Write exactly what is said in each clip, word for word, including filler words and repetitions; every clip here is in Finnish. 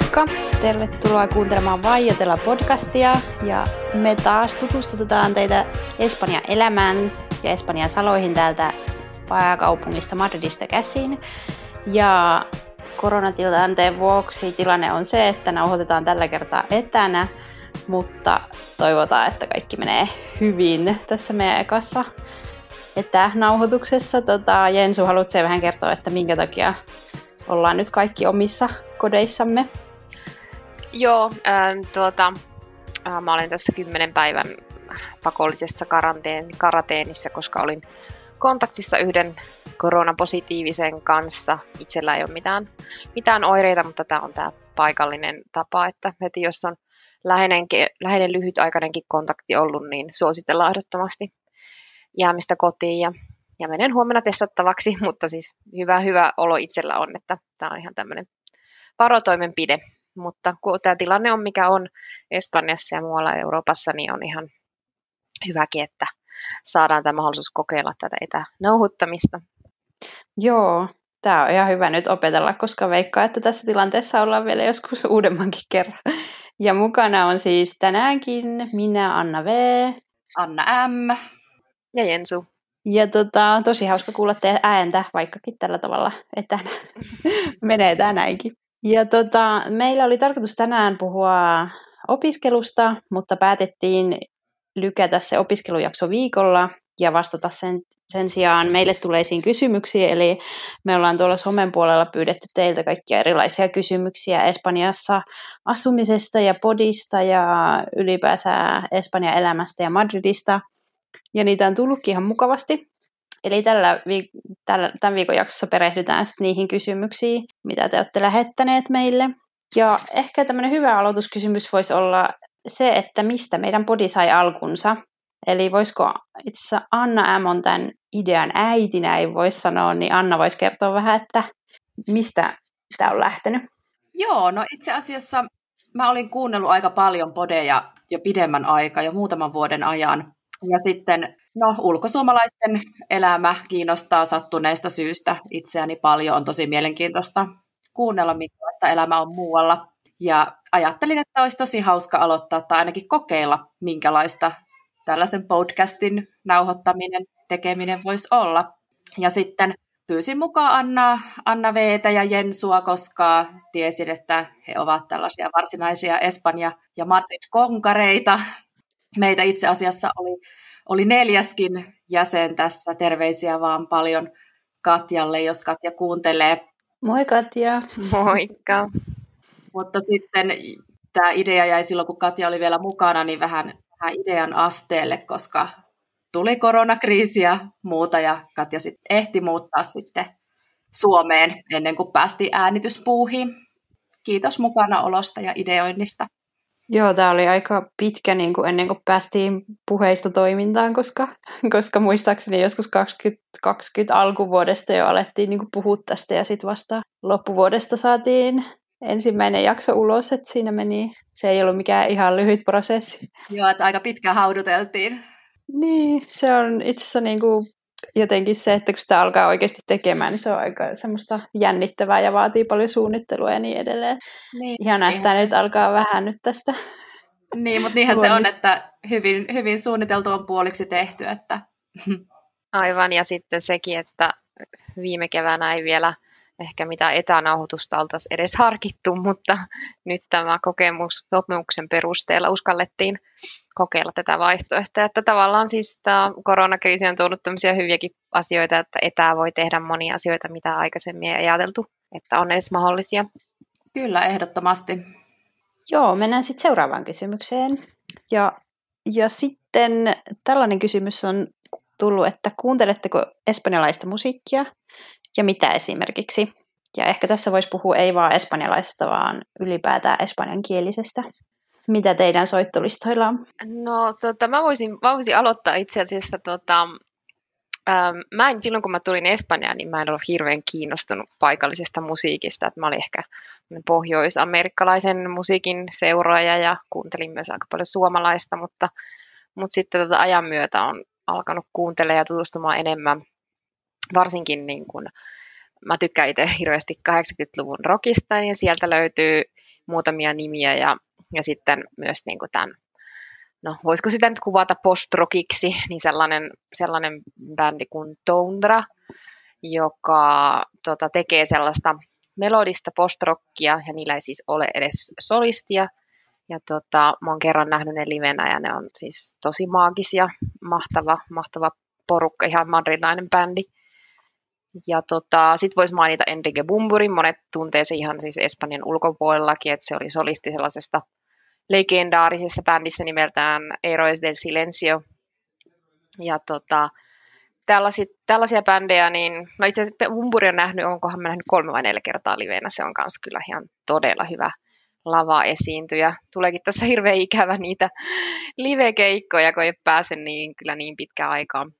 Moikka! Tervetuloa kuuntelemaan Vaiotella podcastia ja me taas tutustutetaan teitä Espanjan elämään ja Espanjan saloihin täältä pääkaupungista Madridista käsin. Ja koronatilanteen vuoksi tilanne on se, että nauhoitetaan tällä kertaa etänä, mutta toivotaan, että kaikki menee hyvin tässä meidän ekassa etänauhoituksessa. Tota, Jensu, haluatko vähän kertoa, että minkä takia ollaan nyt kaikki omissa kodeissamme? Joo, äh, tuota, äh, mä olen tässä kymmenen päivän pakollisessa karanteen, karateenissa, koska olin kontaktissa yhden koronapositiivisen kanssa. Itsellä ei ole mitään, mitään oireita, mutta tämä on tämä paikallinen tapa, että heti jos on läheinen, läheinen lyhytaikainenkin kontakti ollut, niin suositellaan ehdottomasti jäämistä kotiin ja, ja menen huomenna testattavaksi, mutta siis hyvä, hyvä olo itsellä on, että tämä on ihan tämmöinen varotoimenpide. Mutta kun tämä tilanne on mikä on Espanjassa ja muualla Euroopassa, niin on ihan hyväkin, että saadaan tämä mahdollisuus kokeilla tätä etänauhoittamista. Joo, tämä on ihan hyvä nyt opetella, koska veikkaa, että tässä tilanteessa ollaan vielä joskus uudemmankin kerran. Ja mukana on siis tänäänkin minä, Anna V. Anna M. Ja Jensu. Ja tota, tosi hauska kuulla teidän ääntä, vaikkakin tällä tavalla etänä menee tänäänkin. Ja tota, meillä oli tarkoitus tänään puhua opiskelusta, mutta päätettiin lykätä se opiskelujakso viikolla ja vastata sen, sen sijaan meille tuleisiin kysymyksiä. Eli me ollaan tuolla somen puolella pyydetty teiltä kaikkia erilaisia kysymyksiä Espanjassa asumisesta ja podista ja ylipäänsä Espanjan elämästä ja Madridista. Ja niitä on tullutkin ihan mukavasti. Eli tällä viik- tällä, tämän viikon jaksossa perehdytään sitten niihin kysymyksiin, mitä te olette lähettäneet meille. Ja ehkä tämmöinen hyvä aloituskysymys voisi olla se, että mistä meidän podi sai alkunsa. Eli voisiko itse asiassa Anna M. on tämän idean äiti, näin voisi sanoa, niin Anna voisi kertoa vähän, että mistä tämä on lähtenyt. Joo, no itse asiassa mä olin kuunnellut aika paljon podeja jo pidemmän aikaa, jo muutaman vuoden ajan. Ja sitten, no, ulkosuomalaisten elämä kiinnostaa sattuneesta syystä itseäni paljon. On tosi mielenkiintoista kuunnella, minkälaista elämä on muualla. Ja ajattelin, että olisi tosi hauska aloittaa tai ainakin kokeilla, minkälaista tällaisen podcastin nauhoittaminen, tekeminen voisi olla. Ja sitten pyysin mukaan Anna, Anna V:tä ja Jensua, koska tiesin, että he ovat tällaisia varsinaisia Espanja- ja Madrid-konkareita. Meitä itse asiassa oli, oli neljäskin jäsen tässä. Terveisiä vaan paljon Katjalle, jos Katja kuuntelee. Moi Katja. Moikka. Mutta sitten tämä idea jäi silloin, kun Katja oli vielä mukana, niin vähän, vähän idean asteelle, koska tuli koronakriisi ja muuta, ja Katja sitten ehti muuttaa sitten Suomeen ennen kuin päästiin äänityspuuhiin. Kiitos mukanaolosta ja ideoinnista. Joo, tämä oli aika pitkä niin kuin ennen kuin päästiin puheista toimintaan, koska, koska muistaakseni joskus kaksituhattakaksikymmentä alkuvuodesta jo alettiin niin kuin puhua tästä ja sitten vasta loppuvuodesta saatiin ensimmäinen jakso ulos, että siinä meni, se ei ollut mikään ihan lyhyt prosessi. Joo, että aika pitkään hauduteltiin. Niin, se on itse asiassa niin kuin jotenkin se, että kun sitä alkaa oikeasti tekemään, niin se on aika semmoista jännittävää ja vaatii paljon suunnittelua ja niin edelleen. Niin, ihan näyttää nyt alkaa vähän nyt tästä. Niin, mutta niinhän se on, että hyvin, hyvin suunniteltu on puoliksi tehty. Että... Aivan, ja sitten sekin, että viime keväänä ei vielä ehkä mitään etänauhoitusta oltaisiin edes harkittu, mutta nyt tämä kokemus, sopimuksen perusteella uskallettiin kokeilla tätä vaihtoehtoa. Että tavallaan siis tämä koronakriisi on tuonut tämmöisiä hyviäkin asioita, että etää voi tehdä monia asioita, mitä aikaisemmin ei ajateltu, että on edes mahdollisia. Kyllä, ehdottomasti. Joo, mennään sitten seuraavaan kysymykseen. Ja, ja sitten tällainen kysymys on tullut, että kuunteletteko espanjalaista musiikkia ja mitä esimerkiksi? Ja ehkä tässä voisi puhua ei vaan espanjalaisesta, vaan ylipäätään espanjankielisestä. Mitä teidän soittolistoilla on? No, tota, mä, voisin, mä voisin aloittaa itse asiassa. Tota, ähm, mä en, silloin kun mä tulin Espanjaan, niin mä en ollut hirveän kiinnostunut paikallisesta musiikista. Että mä olin ehkä pohjois-amerikkalaisen musiikin seuraaja ja kuuntelin myös aika paljon suomalaista, mutta, mutta sitten tota ajan myötä on alkanut kuuntelemaan ja tutustumaan enemmän. Varsinkin niin kun, mä tykkään itse hirveästi kahdeksankymmentäluvun rockista, ja sieltä löytyy muutamia nimiä ja, ja sitten myös niin kuin tämän, no voisiko sitä nyt kuvata post-rockiksi, niin sellainen, sellainen bändi kuin Tundra, joka tota, tekee sellaista melodista post-rockia ja niillä ei siis ole edes solistia. Ja tota, mä oon kerran nähnyt ne livenä ja ne on siis tosi maagisia, mahtava, mahtava porukka, ihan madrilainen bändi. Ja tota, sit vois mainita Enrique Bumburin, monet tuntee se ihan siis Espanjan ulkopuolellakin, että se oli solisti sellaisesta legendaarisessa bändissä nimeltään Héroes del Silencio. Ja tota, tällaisia, tällaisia bändejä, niin no itse asiassa Bumburi on nähnyt, onkohan mä nähnyt kolme vai neljä kertaa liveenä, se on kans kyllä ihan todella hyvä lava-esiintyjä. Tuleekin tässä hirveän ikävä niitä live-keikkoja, kun ei pääse niin, kyllä niin pitkään aikaan.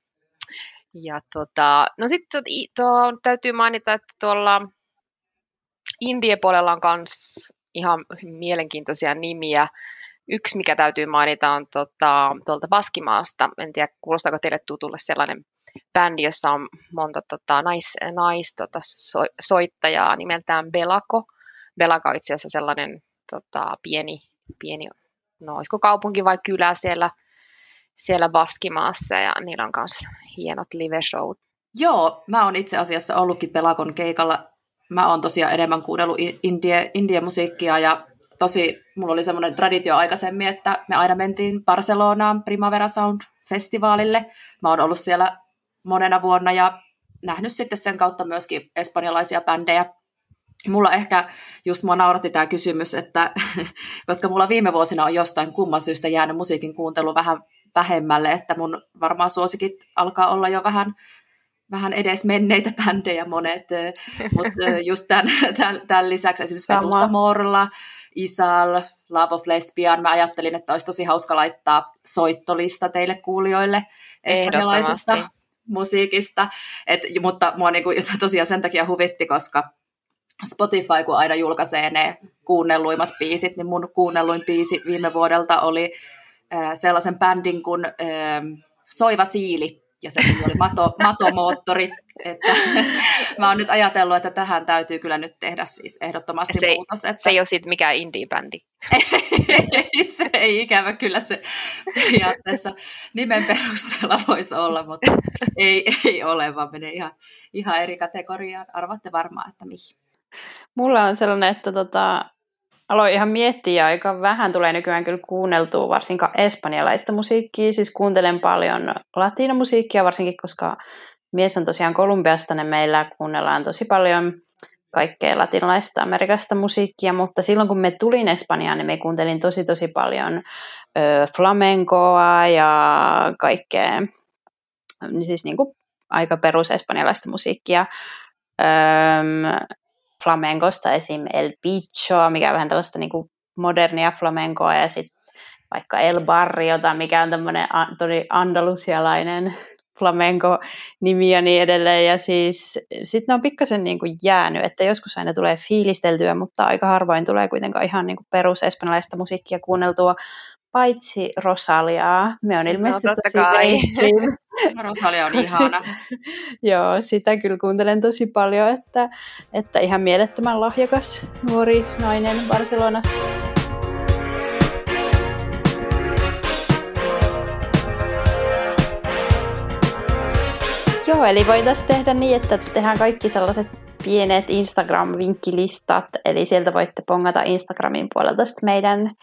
Ja tota, no sitten täytyy mainita, että tuolla indie-puolella on myös ihan mielenkiintoisia nimiä. Yksi, mikä täytyy mainita, on tota, tuolta Baskimaasta. En tiedä, kuulostaako teille tutulle sellainen bändi, jossa on monta tota, nais, nais tota, so, soittajaa nimeltään Belako. Belako on itse asiassa sellainen tota, pieni, pieni, no olisiko kaupunki vai kylä siellä, siellä Baskimaassa, ja niillä on myös hienot live-showt. Joo, mä oon itse asiassa ollutkin Belakon keikalla. Mä oon tosiaan enemmän kuunnellut indie, indie-musiikkia, ja tosi, mulla oli semmoinen traditio aikaisemmin, että me aina mentiin Barcelonaan Primavera Sound-festivaalille. Mä oon ollut siellä monena vuonna ja nähnyt sitten sen kautta myöskin espanjalaisia bändejä. Mulla ehkä just mua nauratti tämä kysymys, että koska mulla viime vuosina on jostain kumman syystä jäänyt musiikin kuuntelu vähän vähemmälle, että mun varmaan suosikit alkaa olla jo vähän, vähän edes menneitä bändejä monet, mutta just tämän, tämän, tämän lisäksi esimerkiksi Vetusta Morla, Isal, Love of Lesbian, mä ajattelin, että olisi tosi hauska laittaa soittolista teille kuulijoille espanjalaisesta musiikista, Et, mutta mua niinku tosiaan sen takia huvitti, koska Spotify, kun aina julkaisee ne kuunnelluimmat biisit, niin mun kuunnelluin biisi viime vuodelta oli äh, sellaisen bändin kuin äh, Soiva Siili, ja se oli Mato, Matomoottori. Että, mä oon nyt ajatellut, että tähän täytyy kyllä nyt tehdä siis ehdottomasti se muutos. Että... Se ei ole sitten mikään indie-bändi. Se ei ikävä kyllä se periaatteessa nimen perusteella voisi olla, mutta ei, ei ole, vaan menee ihan, ihan eri kategoriaan. Arvaatte varmaan, että mihin. Mulla on sellainen, että tota, aloin ihan miettiä, aika vähän tulee nykyään kyllä kuunneltua varsinkaan espanjalaista musiikkia, siis kuuntelen paljon latinomusiikkia, varsinkin koska mies on tosiaan Kolumbiasta, niin meillä kuunnellaan tosi paljon kaikkea latinalaista Amerikasta musiikkia, mutta silloin kun me tulin Espanjaan, niin me kuuntelin tosi tosi paljon ö, flamencoa ja kaikkea, siis niin kuin aika perus espanjalaista musiikkia. Öm, flamenkosta esim. El Pichoa, mikä on vähän tällaista niin kuin modernia flamencoa, ja sitten vaikka El Barriota, mikä on tämmöinen todella andalusialainen flamenco-nimi ja niin edelleen. Ja siis sitten ne on pikkasen niin kuin jäänyt, että joskus aina tulee fiilisteltyä, mutta aika harvoin tulee kuitenkaan ihan niin kuin perus espanjalaista musiikkia kuunneltua, paitsi Rosaliaa. Me on ilmeisesti no, tosi mainstream. Rosalia on ihana. Joo, sitä kyllä kuuntelen tosi paljon, että, että ihan mielettömän lahjakas nuori nainen Barcelonassa. Joo, eli voitaisiin tehdä niin, että tehdään kaikki sellaiset pienet Instagram-vinkkilistat, eli sieltä voitte pongata Instagramin puolelta sitten meidän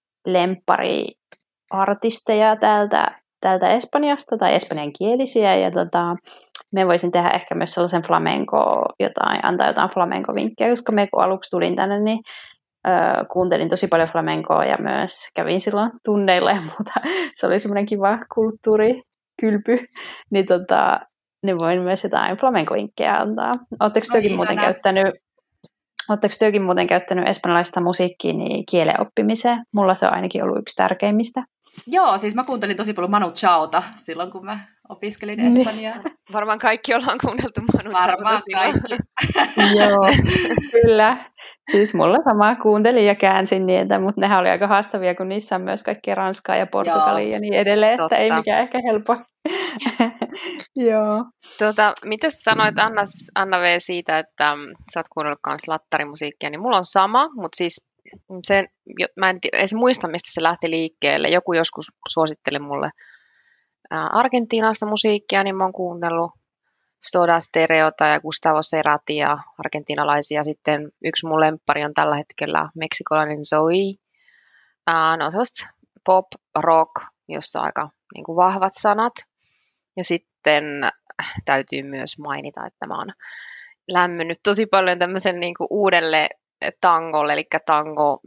lemppariartisteja täältä, täältä Espanjasta tai espanjankielisiä, ja tota, me voisin tehdä ehkä myös sellaisen flamenco jotain, antaa jotain flamenco-vinkkejä, koska me kun aluksi tulin tänne, niin ö, kuuntelin tosi paljon flamencoa ja myös kävin silloin tunneilla ja muuta. Se oli semmoinen kiva kulttuurikylpy, niin tota, niin voin myös jotain flamenco-vinkkejä antaa. Oletteko tekin muuten käyttänyt Oletteko tekin muuten käyttänyt espanjalaista musiikkia niin kielen oppimiseen? Mulla se on ainakin ollut yksi tärkeimmistä. Joo, siis mä kuuntelin tosi paljon Manu Chaota silloin, kun mä opiskelin espanjaa. Varmaan kaikki ollaan kuunneltu Manu Chaota. Varmaan kaikki. Joo, kyllä. Siis mulla samaa kuuntelin ja käänsin niitä, mutta nehän oli aika haastavia, kun niissä on myös kaikkea Ranskaa ja Portugalia ja niin edelleen, että Totta. ei mikään ehkä helppo. Joo. Tuota, mitä sanoit Anna, Anna V siitä, että um, sä oot kuunnellut myös lattarimusiikkia, niin mulla on sama, mutta siis sen, mä en edes muista, mistä se lähti liikkeelle. Joku joskus suositteli mulle ää, Argentiinasta musiikkia, niin mä oon kuunnellut Soda Stereota ja Gustavo Cerati argentiinalaisia. Sitten yksi mun lemppari on tällä hetkellä meksikolainen Zoe. Ää, no sellaista pop, rock, jossa on aika niin kuin vahvat sanat. Ja sitten täytyy myös mainita, että mä oon lämmennyt tosi paljon tämmöisen niin kuin uudelle tangolle, eli tango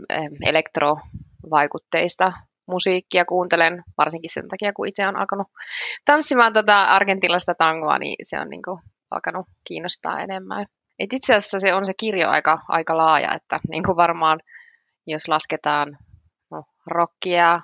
elektrovaikutteista musiikkia kuuntelen, varsinkin sen takia, kun itse on alkanut tanssimaan tätä argentinlaista tangoa, niin se on niin kuin alkanut kiinnostaa enemmän. Et itse asiassa se on se kirjo aika, aika laaja, että niin kuin varmaan jos lasketaan no, rockia,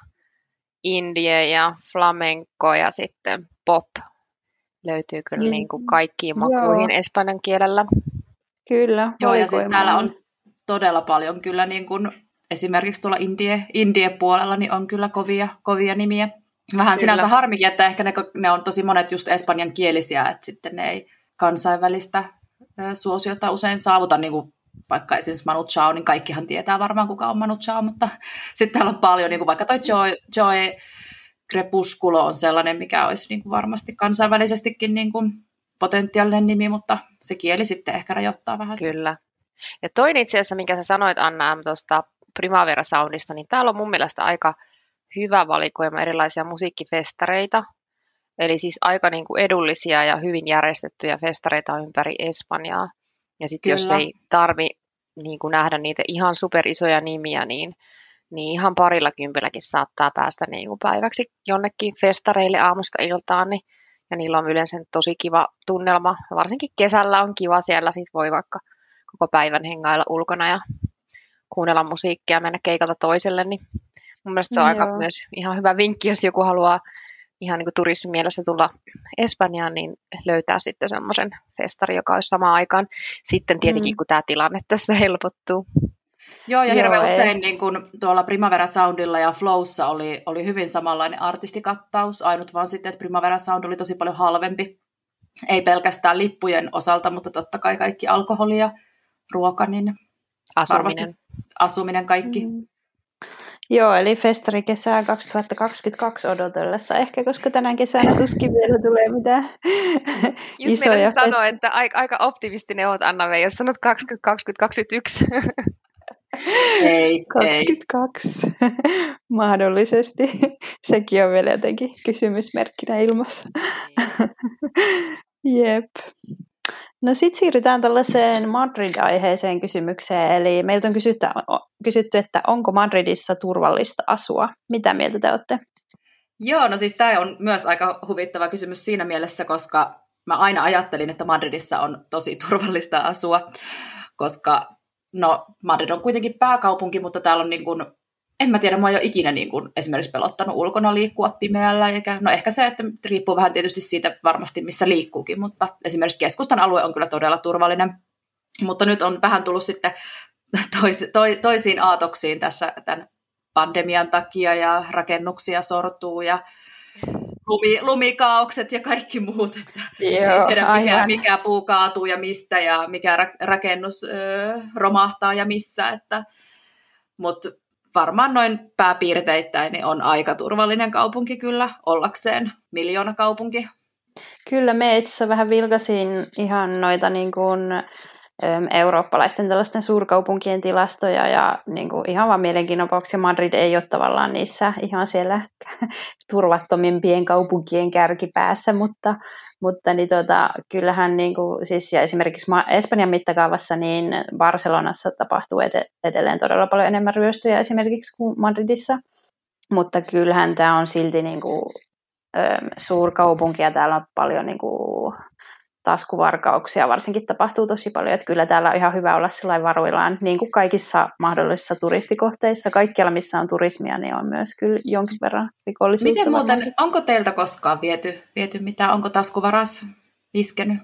indie ja flamenco ja sitten pop, löytyy kyllä mm. niin kuin kaikkiin makuihin Joo. espanjan kielellä. Kyllä. Joo, ja siis täällä on todella paljon kyllä niin kuin esimerkiksi tuolla indie, indie-puolella niin on kyllä kovia, kovia nimiä. Vähän kyllä. Sinänsä harmikin, että ehkä ne, ne on tosi monet just espanjankielisiä, että sitten ne ei kansainvälistä suosiota usein saavuta, niin kuin vaikka esimerkiksi Manu Chao, niin kaikkihan tietää varmaan kuka on Manu Chao, mutta sitten täällä on paljon, niin kuin vaikka toi Joy, Joy Crepusculo on sellainen, mikä olisi niin kuin varmasti kansainvälisestikin niin kuin potentiaalinen nimi, mutta se kieli sitten ehkä rajoittaa vähän. Kyllä. Ja toinen itse asiassa, minkä sä sanoit Anna tuosta Primavera Soundista, niin täällä on mun mielestä aika hyvä valikoima erilaisia musiikkifestareita. Eli siis aika niin kuin edullisia ja hyvin järjestettyjä festareita ympäri Espanjaa. Ja sitten jos ei tarvi niin kuin nähdä niitä ihan superisoja nimiä, niin, niin ihan parilla kympilläkin saattaa päästä niin kuin päiväksi jonnekin festareille aamusta iltaan. Niin, ja niillä on yleensä tosi kiva tunnelma. Varsinkin kesällä on kiva siellä, sit voi vaikka koko päivän hengailla ulkona ja kuunnella musiikkia ja mennä keikalta toiselle. Niin mun mielestä se on Joo. aika myös ihan hyvä vinkki, jos joku haluaa ihan niin kuin turismin mielessä tulla Espanjaan, niin löytää sitten semmoisen festari, joka olisi samaan aikaan. Sitten tietenkin, mm. kun tämä tilanne tässä helpottuu. Joo, ja hirveän Joo, usein niin kun tuolla Primavera Soundilla ja Flowssa oli, oli hyvin samanlainen artistikattaus, ainut vaan sitten, että Primavera Sound oli tosi paljon halvempi. Ei pelkästään lippujen osalta, mutta totta kai kaikki alkoholi ja ruoka, niin asuminen, asuminen kaikki. Mm. Joo, eli festari kesää kaksituhattakaksikymmentäkaksi odotellessa ehkä, koska tänään kesänä tuskin vielä tulee mitään Just isoja. Just sanoa, että aika, aika optimistinen olet, Anna-Vei, jos sanot kaksikymmentä kaksikymmentäyksi. Ei, kaksikymmentäkaksi mahdollisesti. Sekin on vielä jotenkin kysymysmerkkinä ilmassa. Jep. No sitten siirrytään tällaiseen Madrid-aiheeseen kysymykseen. Eli meiltä on kysytty, kysytty, että onko Madridissa turvallista asua? Mitä mieltä te olette? Joo, no siis tämä on myös aika huvittava kysymys siinä mielessä, koska mä aina ajattelin, että Madridissa on tosi turvallista asua, koska no Madrid on kuitenkin pääkaupunki, mutta täällä on niin kuin, en mä tiedä, mä oon jo ikinä niin kuin esimerkiksi pelottanut ulkona liikkua pimeällä, eikä, no ehkä se, että riippuu vähän tietysti siitä varmasti, missä liikkuukin, mutta esimerkiksi keskustan alue on kyllä todella turvallinen, mutta nyt on vähän tullut sitten tois, to, toisiin aatoksiin tässä tämän pandemian takia, ja rakennuksia sortuu, ja lumi, lumikaaukset ja kaikki muut, että Joo, ei tiedä mikä, mikä puu kaatuu ja mistä, ja mikä rakennus ö, romahtaa ja missä, että, mutta varmaan noin pääpiirteittäin niin on aika turvallinen kaupunki kyllä ollakseen miljoonakaupunki. Kyllä, me itse asiassa vähän vilkasin ihan noita niin kuin, äm, eurooppalaisten tällaisten suurkaupunkien tilastoja ja niin kuin, ihan vaan mielenkiinnon vuoksi Madrid ei ole tavallaan niissä ihan siellä turvattomimpien kaupunkien kärkipäässä, mutta, mutta niin tota, kyllähän niin kuin, siis, ja esimerkiksi Espanjan mittakaavassa niin Barcelonassa tapahtuu ed- edelleen todella paljon enemmän ryöstöjä esimerkiksi kuin Madridissa, mutta kyllähän tämä on silti niin kuin, äm, suurkaupunki ja täällä on paljon niin kuin, taskuvarkauksia varsinkin tapahtuu tosi paljon, että kyllä täällä on ihan hyvä olla sellainen varuillaan, niin kuin kaikissa mahdollisissa turistikohteissa, kaikkialla missä on turismia, niin on myös kyllä jonkin verran rikollisuutta. Miten muuten, varmaan. Onko teiltä koskaan viety, viety mitään, onko taskuvaras iskenyt?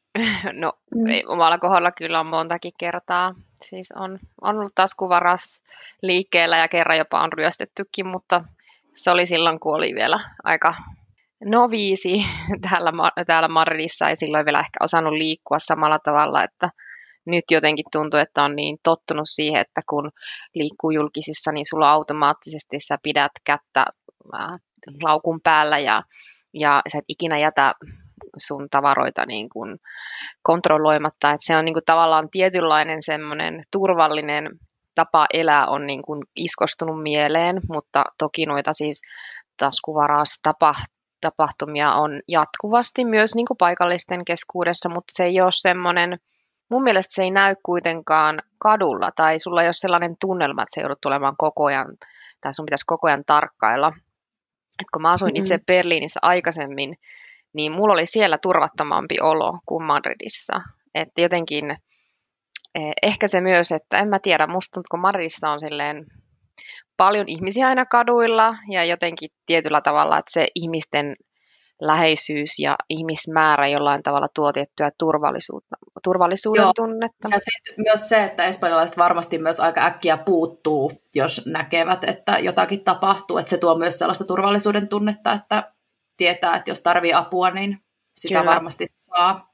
No mm. ei, omalla kohdalla kyllä on montakin kertaa, siis on, on ollut taskuvaras liikkeellä ja kerran jopa on ryöstettykin, mutta se oli silloin, kun oli vielä aika noviisi täällä, täällä Madridissa, ei silloin vielä ehkä osannut liikkua samalla tavalla, että nyt jotenkin tuntuu, että on niin tottunut siihen, että kun liikkuu julkisissa, niin sulla automaattisesti sä pidät kättä laukun päällä ja, ja sä et ikinä jätä sun tavaroita niin kuin kontrolloimatta. Että se on niin kuin tavallaan tietynlainen semmoinen turvallinen tapa elää on niin kuin iskostunut mieleen, mutta toki noita siis taskuvarastapahtumia on jatkuvasti myös niin kuin paikallisten keskuudessa, mutta se ei ole semmoinen, mun mielestä se ei näy kuitenkaan kadulla, tai sulla ei ole sellainen tunnelma, että se joudut tulemaan koko ajan, tai sun pitäisi koko ajan tarkkailla. Et kun mä asuin mm-hmm. itse Berliinissä aikaisemmin, niin mulla oli siellä turvattomampi olo kuin Madridissa. Että jotenkin, ehkä se myös, että en mä tiedä, musta tuntuu, kun Madridissa on silleen paljon ihmisiä aina kaduilla, ja jotenkin tietyllä tavalla, että se ihmisten läheisyys ja ihmismäärä jollain tavalla tuo tiettyä turvallisuutta, turvallisuuden Joo. tunnetta. Ja sitten myös se, että espanjalaiset varmasti myös aika äkkiä puuttuu, jos näkevät, että jotakin tapahtuu. Että se tuo myös sellaista turvallisuuden tunnetta, että tietää, että jos tarvii apua, niin sitä kyllä. varmasti saa.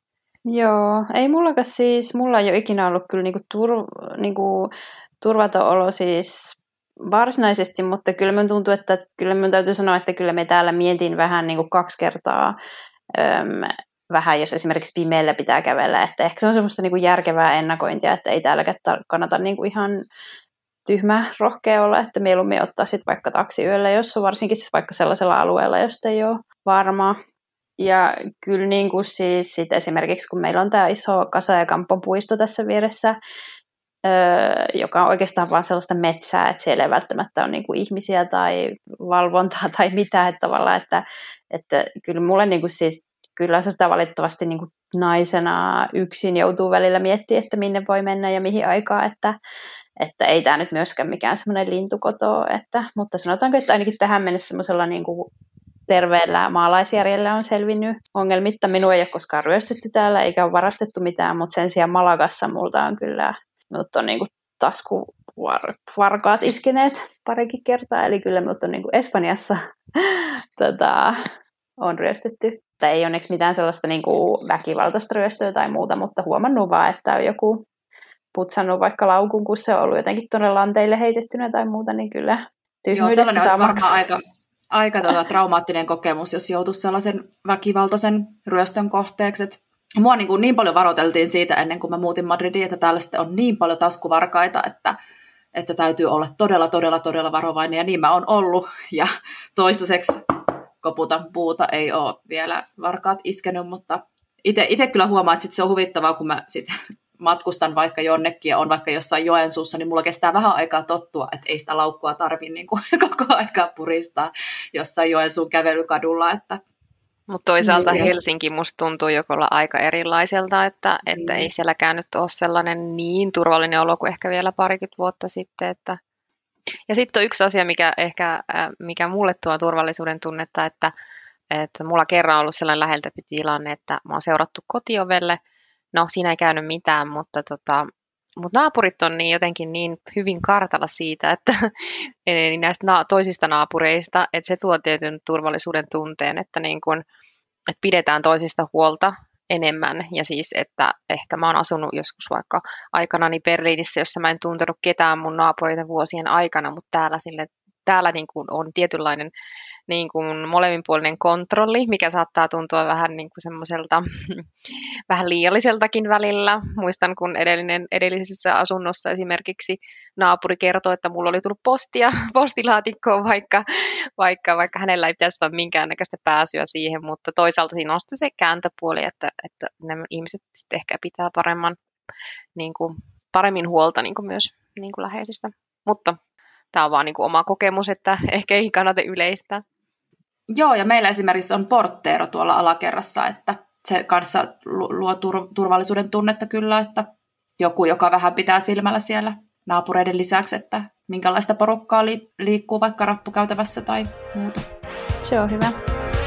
Joo, ei mullakaan siis, mulla ei ole ikinä ollut kyllä niinku tur, niinku turvaton olo siis varsinaisesti, mutta kyllä minun tuntuu, että kyllä minun täytyy sanoa, että kyllä me täällä mietin vähän niin kuin kaksi kertaa öm, vähän, jos esimerkiksi pimeällä pitää kävellä, että ehkä se on semmoista niin kuin järkevää ennakointia, että ei täälläkään kannata niin kuin ihan tyhmä rohkea olla, että mieluummin ottaa sitten vaikka taksi yöllä, jos on varsinkin sit vaikka sellaisella alueella, josta ei ole varmaa. Ja kyllä niin kuin siis sit esimerkiksi, kun meillä on tämä iso Casa ja Campo puisto tässä vieressä, Öö, joka on oikeastaan vaan sellaista metsää, että siellä ei välttämättä ole niinku ihmisiä tai valvontaa tai mitään, että tavallaan, että, että kyllä mulle niinku siis, kyllä sitä valitettavasti niinku naisena yksin joutuu välillä miettimään, että minne voi mennä ja mihin aikaan, että, että ei tämä nyt myöskään mikään semmoinen lintukoto, että, mutta sanotaanko, että ainakin tähän mennessä semmoisella niinku terveellä maalaisjärjellä on selvinnyt ongelmitta. Minua ei ole koskaan ryöstetty täällä eikä ole varastettu mitään, mutta sen sijaan Malagassa multa on kyllä minut on niin kuin taskuvarkaat iskeneet parikin kertaa, eli kyllä minut on niin kuin Espanjassa tota, on ryöstetty. Tai ei onneksi mitään sellaista niin kuin väkivaltaista ryöstöä tai muuta, mutta huomannut vaan, että on joku putsannut vaikka laukun, kun se on ollut jotenkin tuonne lanteille heitettynä tai muuta, niin kyllä Joo, sellainen olisi varmaan aika, aika tuota, traumaattinen kokemus, jos joutuisi sellaisen väkivaltaisen ryöstön kohteeksi, että mua niin, kuin niin paljon varoiteltiin siitä ennen kuin mä muutin Madridiin, että täällä sitten on niin paljon taskuvarkaita, että, että täytyy olla todella, todella, todella varovainen. Ja niin mä oon ollut. Ja toistaiseksi koputan puuta, ei ole vielä varkaat iskenyt, mutta itse kyllä huomaan, että sit se on huvittavaa, kun mä sit matkustan vaikka jonnekin ja on vaikka jossain Joensuussa, niin mulla kestää vähän aikaa tottua, että ei sitä laukkua tarvitse niin kuin koko aikaa puristaa jossain Joensuun kävelykadulla, että mutta toisaalta niin Helsinki musta tuntuu joko olla aika erilaiselta, että, että mm. ei sielläkään nyt ole sellainen niin turvallinen olo kuin ehkä vielä parikymmentä vuotta sitten. Että. Ja sitten on yksi asia, mikä ehkä mikä mulle tuo turvallisuuden tunnetta, että, että mulla kerran on ollut sellainen läheltä tilanne, että mä oon seurattu kotiovelle. No siinä ei käynyt mitään, mutta tota, mutta naapurit on niin jotenkin niin hyvin kartalla siitä, että näistä na- toisista naapureista, että se tuo tietyn turvallisuuden tunteen, että, niin kun, että pidetään toisista huolta enemmän. Ja siis, että ehkä mä oon asunut joskus vaikka aikanani Berliinissä, jossa mä en tuntenut ketään mun naapureiden vuosien aikana, mutta täällä, sille, täällä niin kun on tietynlainen niin kuin molemminpuolinen kontrolli, mikä saattaa tuntua vähän niin kuin semmoiselta vähän liialliseltakin välillä. Muistan, kun edellinen, edellisessä asunnossa esimerkiksi naapuri kertoi, että mulla oli tullut postia postilaatikkoon, vaikka, vaikka, vaikka hänellä ei pitäisi olla minkäännäköistä pääsyä siihen, mutta toisaalta siinä on se kääntöpuoli, että, että nämä ihmiset sitten ehkä pitää paremman, niin kuin, paremmin huolta niin kuin myös niin kuin läheisistä. Mutta tämä on vaan niin kuin oma kokemus, että ehkä ei kannata yleistää. Joo, ja meillä esimerkiksi on portteero tuolla alakerrassa, että se kanssa luo turvallisuuden tunnetta kyllä, että joku, joka vähän pitää silmällä siellä naapureiden lisäksi, että minkälaista porukkaa li- liikkuu vaikka rappukäytävässä tai muuta. Se on hyvä.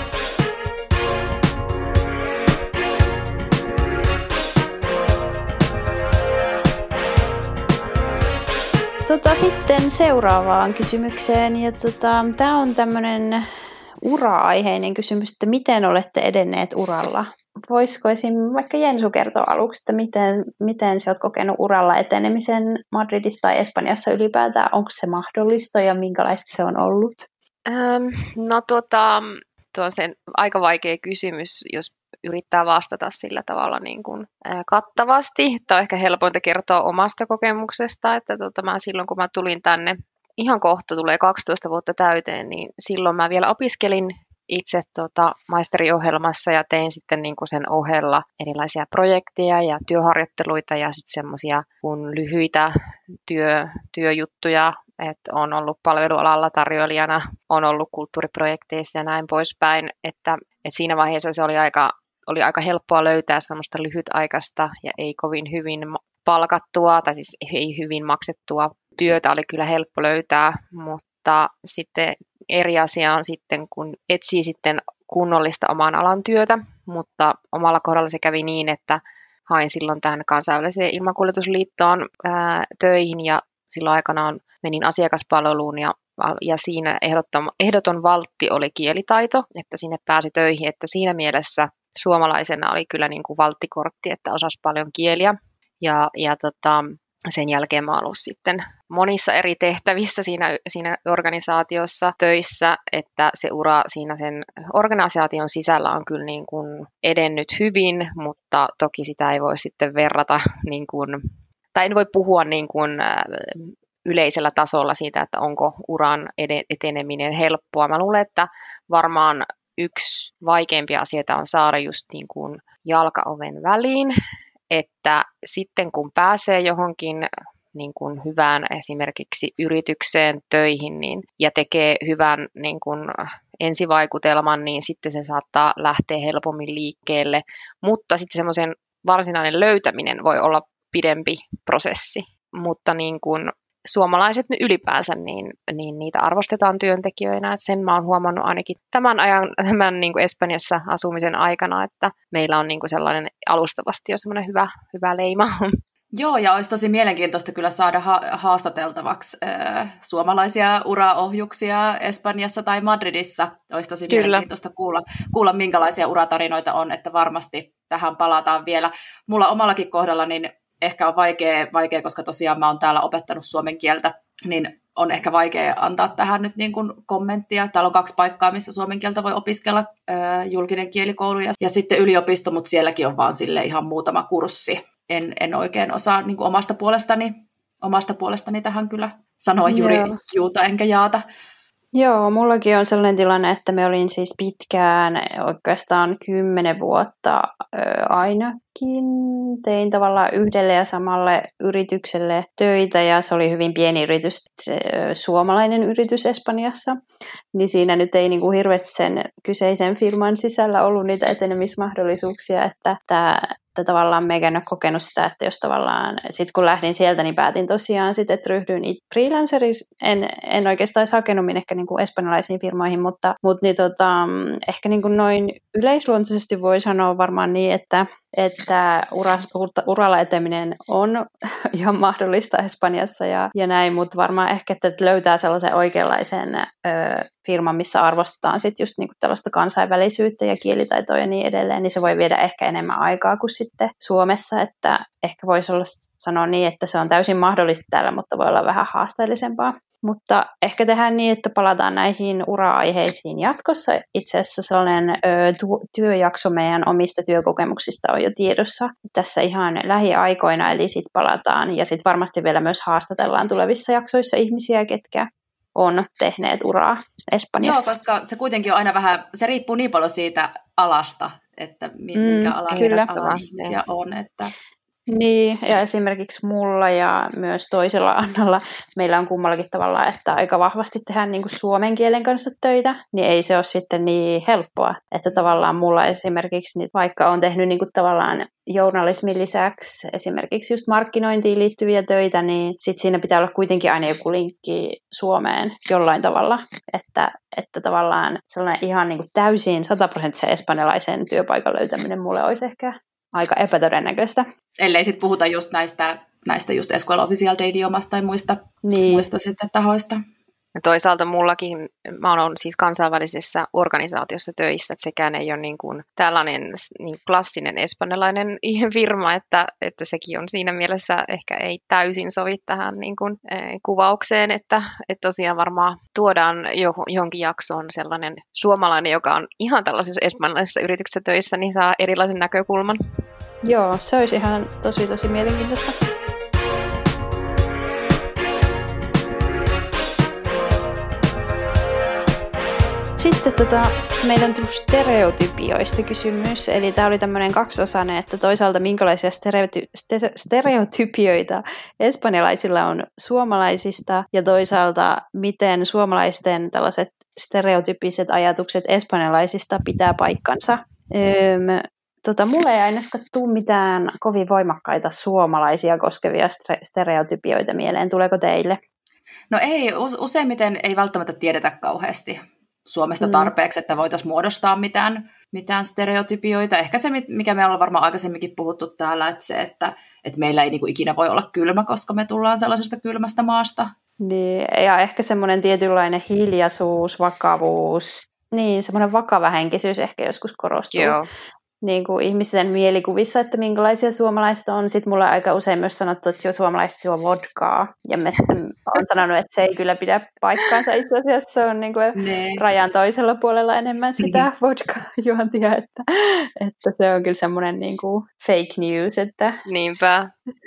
Tota, sitten seuraavaan kysymykseen. Ja tota, tämä on tämmöinen ura-aiheinen kysymys, että miten olette edenneet uralla? voisiko esimerkiksi vaikka Jensu kertoa aluksi, että miten, miten sä oot kokenut uralla etenemisen Madridissa tai Espanjassa ylipäätään? Onko se mahdollista ja minkälaista se on ollut? Ähm, no tuota, tuo on sen aika vaikea kysymys, jos yrittää vastata sillä tavalla niin kuin, ää, kattavasti. Tämä on ehkä helpointa kertoa omasta kokemuksesta, että tuota, mä silloin kun mä tulin tänne, ihan kohta tulee kaksitoista vuotta täyteen, niin silloin mä vielä opiskelin itse tota, maisteriohjelmassa ja tein sitten niin kuin sen ohella erilaisia projekteja ja työharjoitteluita ja sitten semmoisia kun lyhyitä työ, työjuttuja, että on ollut palvelualalla tarjoilijana, on ollut kulttuuriprojekteissa ja näin poispäin, että, että siinä vaiheessa se oli aika, oli aika helppoa löytää semmoista lyhytaikaista ja ei kovin hyvin palkattua, tai siis ei hyvin maksettua työtä oli kyllä helppo löytää, mutta sitten eri asia on sitten, kun etsii sitten kunnollista oman alan työtä, mutta omalla kohdalla se kävi niin, että hain silloin tähän kansainväliseen ilmakuljetusliittoon ää, töihin ja silloin aikanaan menin asiakaspalveluun ja, ja siinä ehdoton, ehdoton valtti oli kielitaito, että sinne pääsi töihin, että siinä mielessä suomalaisena oli kyllä niin kuin valttikortti, että osasi paljon kieliä ja, ja tota, sen jälkeen mä olen ollut sitten monissa eri tehtävissä siinä, siinä organisaatiossa töissä, että se ura siinä sen organisaation sisällä on kyllä niin kuin edennyt hyvin, mutta toki sitä ei voi sitten verrata, niin kuin, tai en voi puhua niin kuin yleisellä tasolla siitä, että onko uran eteneminen helppoa. Mä luulen, että varmaan yksi vaikeimpia asioita on saada just niin kuin jalkaoven väliin, että sitten kun pääsee johonkin niin kuin hyvään esimerkiksi yritykseen töihin niin, ja tekee hyvän niin kuin ensivaikutelman, niin sitten se saattaa lähteä helpommin liikkeelle, mutta sitten semmoisen varsinainen löytäminen voi olla pidempi prosessi, mutta niin kuin suomalaiset ylipäänsä, niin, niin niitä arvostetaan työntekijöinä, että sen mä oon huomannut ainakin tämän ajan, tämän niin kuin Espanjassa asumisen aikana, että meillä on niin kuin sellainen alustavasti jo semmoinen hyvä, hyvä leima. Joo, ja olisi tosi mielenkiintoista kyllä saada ha- haastateltavaksi äh, suomalaisia uraohjuksia Espanjassa tai Madridissa. Olisi tosi kyllä mielenkiintoista kuulla, kuulla, minkälaisia uratarinoita on, että varmasti tähän palataan vielä. Mulla omallakin kohdalla niin ehkä on vaikea, vaikea, koska tosiaan mä oon täällä opettanut suomen kieltä, niin on ehkä vaikea antaa tähän nyt niin kuin kommenttia. Täällä on kaksi paikkaa, missä suomen kieltä voi opiskella, äh, julkinen kielikoulu ja, ja sitten yliopisto, mutta sielläkin on vaan sille ihan muutama kurssi. En, en oikein osaa niin kuin omasta puolestani, omasta puolestani tähän kyllä sanoa juuri Joo. juuta enkä jaata. Joo, mullakin on sellainen tilanne, että me olin siis pitkään, oikeastaan kymmenen vuotta ö, ainakin, tein tavallaan yhdelle ja samalle yritykselle töitä ja se oli hyvin pieni yritys, se, ö, suomalainen yritys Espanjassa, niin siinä nyt ei niin kuin hirveästi sen kyseisen firman sisällä ollut niitä etenemismahdollisuuksia, että tämä että tavallaan meikä en ole kokenut sitä, että jos tavallaan, sit kun lähdin sieltä, niin päätin tosiaan sitten, että ryhdyin freelanceriksi. En, en oikeastaan hakenut minnekään niin kuin espanjalaisiin firmoihin, mutta, mutta niin tota, ehkä niin kuin noin yleisluontoisesti voi sanoa varmaan niin, että, että ura, uralla eteminen on ihan mahdollista Espanjassa ja, ja näin, mutta varmaan ehkä, että löytää sellaisen oikeanlaisen ö, firman, missä arvostetaan sitten just niinku tällaista kansainvälisyyttä ja kielitaitoa ja niin edelleen, niin se voi viedä ehkä enemmän aikaa kuin sitten Suomessa, että ehkä voisi olla sanoa niin, että se on täysin mahdollista täällä, mutta voi olla vähän haasteellisempaa. Mutta ehkä tehdään niin, että palataan näihin ura-aiheisiin jatkossa. Itse asiassa sellainen ö, tu- työjakso meidän omista työkokemuksista on jo tiedossa tässä ihan lähiaikoina, eli sitten palataan ja sitten varmasti vielä myös haastatellaan tulevissa jaksoissa ihmisiä, ketkä on tehneet uraa Espanjassa. Joo, koska se kuitenkin on aina vähän, se riippuu niin paljon siitä alasta, että minkä mm, alan, alan ihmisiä on, että Niin, ja esimerkiksi mulla ja myös toisella Annalla, meillä on kummallakin tavalla, että aika vahvasti tehdään niin kuin suomen kielen kanssa töitä, niin ei se ole sitten niin helppoa. Että tavallaan mulla esimerkiksi, niin vaikka on tehnyt niin kuin tavallaan journalismin lisäksi esimerkiksi just markkinointiin liittyviä töitä, niin sit siinä pitää olla kuitenkin aina joku linkki Suomeen jollain tavalla, että, että tavallaan sellainen ihan niin kuin täysin sataprosenttisen espanjalaisen työpaikan löytäminen mulle olisi ehkä aika epätodennäköistä. Ellei sitten puhuta just näistä, näistä just Escuela Oficial de Idiomas tai muista, niin. muista sitten tahoista. Ja toisaalta mullakin, mä olen siis kansainvälisessä organisaatiossa töissä, että sekään ei ole niin kuin tällainen niin klassinen espanjalainen firma, että, että sekin on siinä mielessä ehkä ei täysin sovi tähän niin kuin, eh, kuvaukseen, että, että tosiaan varmaan tuodaan johonkin jaksoon sellainen suomalainen, joka on ihan tällaisessa espanjalaisessa yrityksessä töissä, niin saa erilaisen näkökulman. Joo, se olisi ihan tosi tosi mielenkiintoista. Sitten tota, meillä on tullut stereotypioista kysymys, eli tämä oli tämmöinen kaksiosainen, että toisaalta minkälaisia stereoty- ste- stereotypioita espanjalaisilla on suomalaisista, ja toisaalta miten suomalaisten tällaiset stereotypiset ajatukset espanjalaisista pitää paikkansa. Öm, tota, mulla ei ainakaan tule mitään kovin voimakkaita suomalaisia koskevia stereotypioita mieleen. Tuleeko teille? No ei, useimmiten ei välttämättä tiedetä kauheasti Suomesta tarpeeksi, että voitaisiin muodostaa mitään, mitään stereotypioita. Ehkä se, mikä me ollaan varmaan aikaisemminkin puhuttu täällä, että se, että, että meillä ei niin kuin ikinä voi olla kylmä, koska me tullaan sellaisesta kylmästä maasta. Niin, ja ehkä semmoinen tietynlainen hiljaisuus, vakavuus, niin semmoinen vakava henkisyys ehkä joskus korostuu. Joo. Niin kuin ihmisten mielikuvissa, että minkälaisia suomalaiset on. Sitten mulla on aika usein myös sanottu, että jo suomalaiset juo vodkaa. Ja mä sitten olen sanonut, että se ei kyllä pidä paikkaansa. Itse asiassa se on niin kuin rajan toisella puolella enemmän sitä vodka-juontia. Että, että se on kyllä semmoinen niin kuin fake news. Että... Niinpä.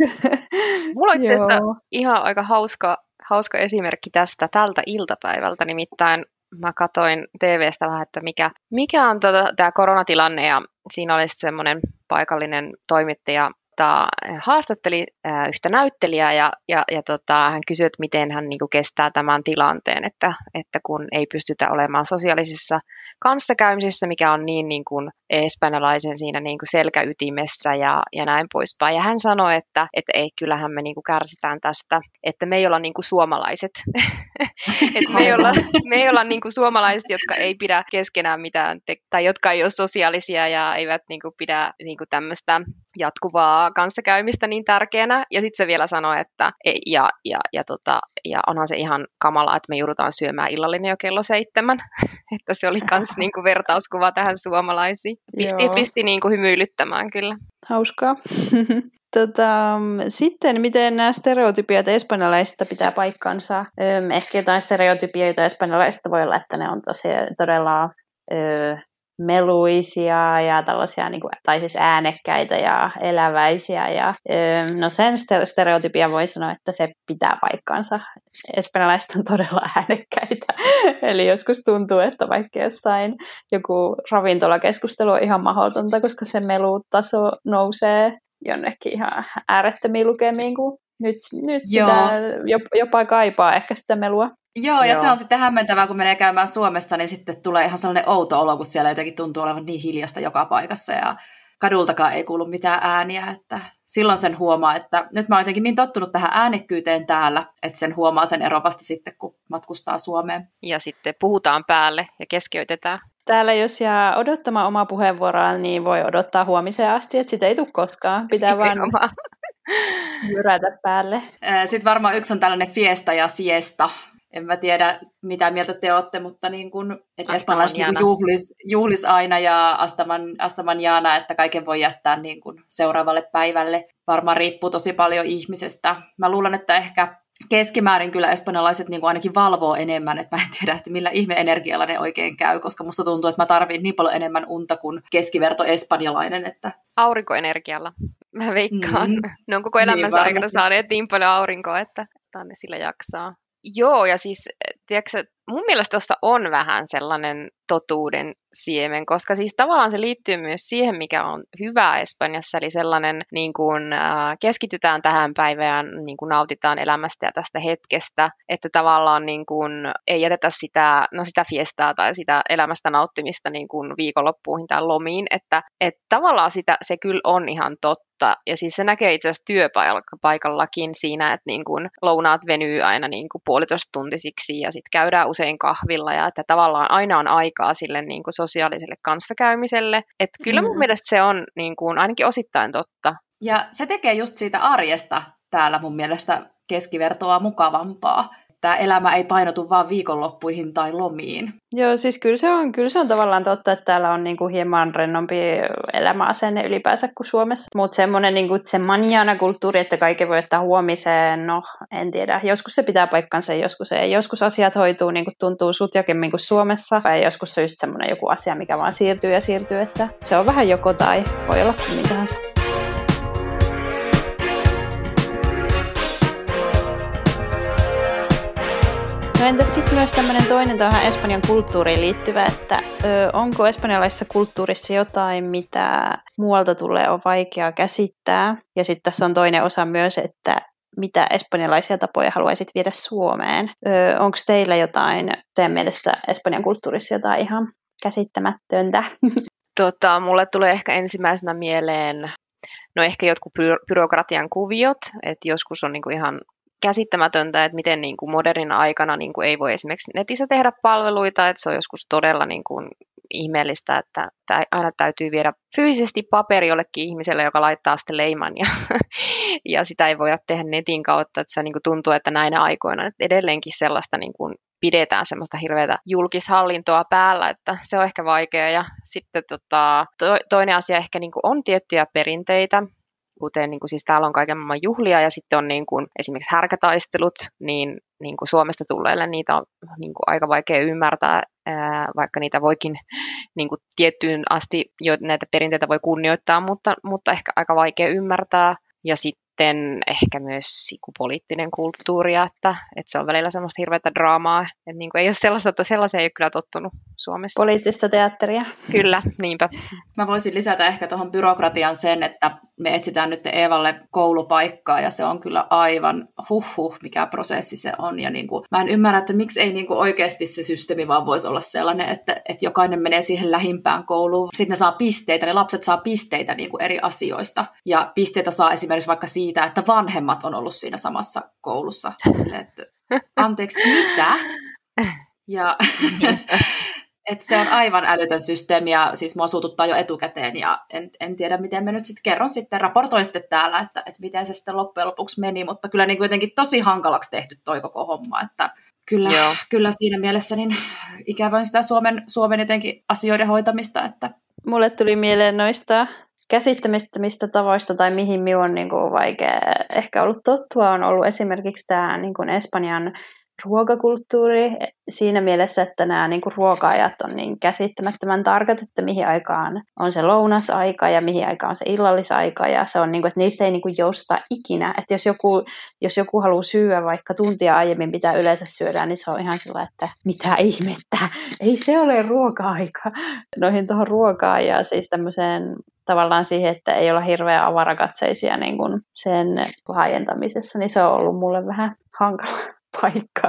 Mulla on itse asiassa ihan aika hauska, hauska esimerkki tästä tältä iltapäivältä. Nimittäin mä katsoin T V:stä vähän, että mikä, mikä on tota, tämä koronatilanne, ja siinä oli semmoinen paikallinen toimittaja, jota haastatteli ää, yhtä näyttelijää, ja, ja, ja tota, hän kysyi, että miten hän niin kuin kestää tämän tilanteen, että, että kun ei pystytä olemaan sosiaalisissa kanssakäymisissä, mikä on niin, niin kuin espanjalaisen siinä niin kuin selkäytimessä ja, ja näin poispäin. Ja hän sanoi, että, että ei, kyllähän me niin kuin kärsitään tästä, että me ei olla niin kuin suomalaiset. että me ei olla, me ei olla niin kuin suomalaiset, jotka ei pidä keskenään mitään, te- tai jotka ei ole sosiaalisia ja eivät niin kuin pidä niin kuin tämmöistä jatkuvaa kanssakäymistä niin tärkeänä. Ja sitten se vielä sanoi, että ja, ja, ja, tota, ja onhan se ihan kamala, että me joudutaan syömään illallinen jo kello seitsemän. Että se oli myös niinku vertauskuva tähän suomalaisiin. Pisti, pisti niinku hymyilyttämään kyllä. Hauskaa. Tota, sitten, miten nämä stereotypiat espanjalaisista pitää paikkansa? Öm, ehkä jotain stereotypioita espanjalaisista voi olla, että ne on tosi, todella ö, meluisia ja tällaisia, niin kuin, tai siis äänekkäitä ja eläväisiä. Ja, ö, no sen stereotypia voi sanoa, että se pitää paikkansa. Espanjalaiset on todella äänekkäitä. Eli joskus tuntuu, että vaikka jossain joku ravintolakeskustelu on ihan mahdotonta, koska se melutaso nousee jonnekin ihan äärettömiin lukemiin, kun nyt, nyt sitä jopa kaipaa ehkä sitä melua. Joo, ja Joo. se on sitten hämmentävää, kun menee käymään Suomessa, niin sitten tulee ihan sellainen outo olo, kun siellä jotenkin tuntuu olevan niin hiljasta joka paikassa, ja kadultakaan ei kuulu mitään ääniä, että silloin sen huomaa, että nyt mä oon jotenkin niin tottunut tähän äänekkyyteen täällä, että sen huomaa sen ero vasta sitten, kun matkustaa Suomeen. Ja sitten puhutaan päälle ja keskeytetään. Täällä jos jää odottamaan omaa puheenvuoroa, niin voi odottaa huomiseen asti, että sitä ei tule koskaan. Pitää vaan jyrätä päälle. Sitten varmaan yksi on tällainen fiesta ja siesta. En mä tiedä, mitä mieltä te olette, mutta niin kun, että espanjalaiset niin juhlis, juhlis aina ja astaman, astaman jaana, että kaiken voi jättää niin kun seuraavalle päivälle. Varmaan riippuu tosi paljon ihmisestä. Mä luulen, että ehkä keskimäärin kyllä espanjalaiset niin kuin ainakin valvoo enemmän, että mä en tiedä, että millä ihme-energialla ne oikein käy, koska musta tuntuu, että mä tarvitsen niin paljon enemmän unta kuin keskiverto espanjalainen. Että... Aurinkoenergialla, mä veikkaan. Mm. Ne on koko elämänsä niin, aikana saaneet niin paljon aurinkoa, että ne sillä jaksaa. Joo, ja siis tiedätkö, mun mielestä tuossa on vähän sellainen totuuden siemen, koska siis tavallaan se liittyy myös siihen, mikä on hyvää Espanjassa, eli sellainen niin kuin, äh, keskitytään tähän päivään, niin kuin nautitaan elämästä ja tästä hetkestä, että tavallaan niin kuin, ei jätetä sitä, no sitä fiestaa tai sitä elämästä nauttimista niin kuin viikonloppuihin tai lomiin, että, että tavallaan sitä, se kyllä on ihan totta. Ja siis se näkee itse asiassa työpaikallakin siinä, että niin kuin lounaat venyy aina niin kuin puolitoista tuntisiksi ja sitten käydään usein kahvilla ja että tavallaan aina on aikaa sille niin kuin sosiaaliselle kanssakäymiselle. Että kyllä mun mm. mielestä se on niin kuin ainakin osittain totta. Ja se tekee just siitä arjesta täällä mun mielestä keskivertoa mukavampaa. tämä elämä ei painotu vaan viikonloppuihin tai lomiin. Joo, siis kyllä se on, kyllä se on tavallaan totta, että täällä on niinku hieman rennompi elämäasenne ylipäänsä kuin Suomessa. Mutta semmoinen niinku, se manjana-kulttuuri, että kaikki voi ottaa huomiseen, no en tiedä. Joskus se pitää paikkansa, joskus ei. Joskus asiat hoituu, niin kuin tuntuu sutjakemmin kuin Suomessa. Ja joskus se on just semmoinen joku asia, mikä vaan siirtyy ja siirtyy, että se on vähän joko tai, voi olla kuin tahansa. No entäs sitten myös tämmöinen toinen tähän Espanjan kulttuuriin liittyvä, että ö, onko espanjalaisessa kulttuurissa jotain, mitä muualta tulee on vaikeaa käsittää. Ja sitten tässä on toinen osa myös, että mitä espanjalaisia tapoja haluaisit viedä Suomeen. Onko teillä jotain teidän mielestä Espanjan kulttuurissa jotain ihan käsittämätöntä? Tota, mulle tulee ehkä ensimmäisenä mieleen, no ehkä jotkut by- byrokratian kuviot, että joskus on niinku ihan käsittämätöntä, että miten niin kuin modernina aikana niin kuin ei voi esimerkiksi netissä tehdä palveluita, että se on joskus todella niin kuin ihmeellistä, että aina täytyy viedä fyysisesti paperi jollekin ihmiselle, joka laittaa sitten leiman ja, ja sitä ei voida tehdä netin kautta, että se niin kuin tuntuu, että näinä aikoina että edelleenkin sellaista niin kuin pidetään semmoista hirveätä julkishallintoa päällä, että se on ehkä vaikea ja sitten tota, to, toinen asia ehkä niin kuin on tiettyjä perinteitä, kuten niin kuin, siis täällä on kaiken maailman juhlia ja sitten on niin kuin, esimerkiksi härkätaistelut, niin, niin kuin Suomesta tulleille niitä on niin kuin, aika vaikea ymmärtää, ää, vaikka niitä voikin niin kuin, tiettyyn asti jo näitä perinteitä voi kunnioittaa, mutta, mutta ehkä aika vaikea ymmärtää. Ja sitten ehkä myös poliittinen kulttuuri, että, että se on välillä semmoista hirveätä draamaa, että niin kuin, ei ole sellaista, että sellaisia ei ole kyllä tottunut Suomessa. Poliittista teatteria. Kyllä, niinpä. Mä voisin lisätä ehkä tuohon byrokratian sen, että me etsitään nyt Eevalle koulupaikkaa ja se on kyllä aivan huh-huh, mikä prosessi se on. Ja niin kuin, mä en ymmärrä, että miksi ei niin kuin oikeasti se systeemi vaan voisi olla sellainen, että, että jokainen menee siihen lähimpään kouluun. Sitten ne saa pisteitä, ne lapset saa pisteitä niin kuin eri asioista. Ja pisteitä saa esimerkiksi vaikka siitä, että vanhemmat on ollut siinä samassa koulussa. Silleen, että anteeksi, mitä? Ja et se on aivan älytön systeemi ja siis mua suututtaa jo etukäteen ja en, en tiedä miten me nyt sitten kerron sitten, raportoin sitten täällä, että, että miten se sitten loppujen lopuksi meni, mutta kyllä niin kuitenkin tosi hankalaksi tehty toi koko homma, että kyllä, kyllä siinä mielessä niin ikävöin sitä Suomen, Suomen jotenkin asioiden hoitamista. Että mulle tuli mieleen noista käsittämättömistä tavoista tai mihin minun on niin kuin vaikea ehkä ollut tottua, on ollut esimerkiksi tämä niin kuin Espanjan ruokakulttuuri siinä mielessä, että nämä niin kuin ruoka-ajat on niin käsittämättömän tarkat, että mihin aikaan on se lounasaika ja mihin aikaan on se illallisaika ja se on niin kuin, että niistä ei niin kuin jousteta ikinä, että jos joku, jos joku haluaa syödä vaikka tuntia aiemmin pitää yleensä syödä, niin se on ihan sillä, että mitä ihmettä, ei se ole ruoka-aika noihin tuohon ruokaan ja siis tämmöiseen tavallaan siihen, että ei olla hirveän avarakatseisia niin kuin sen laajentamisessa, niin se on ollut mulle vähän hankala paikka.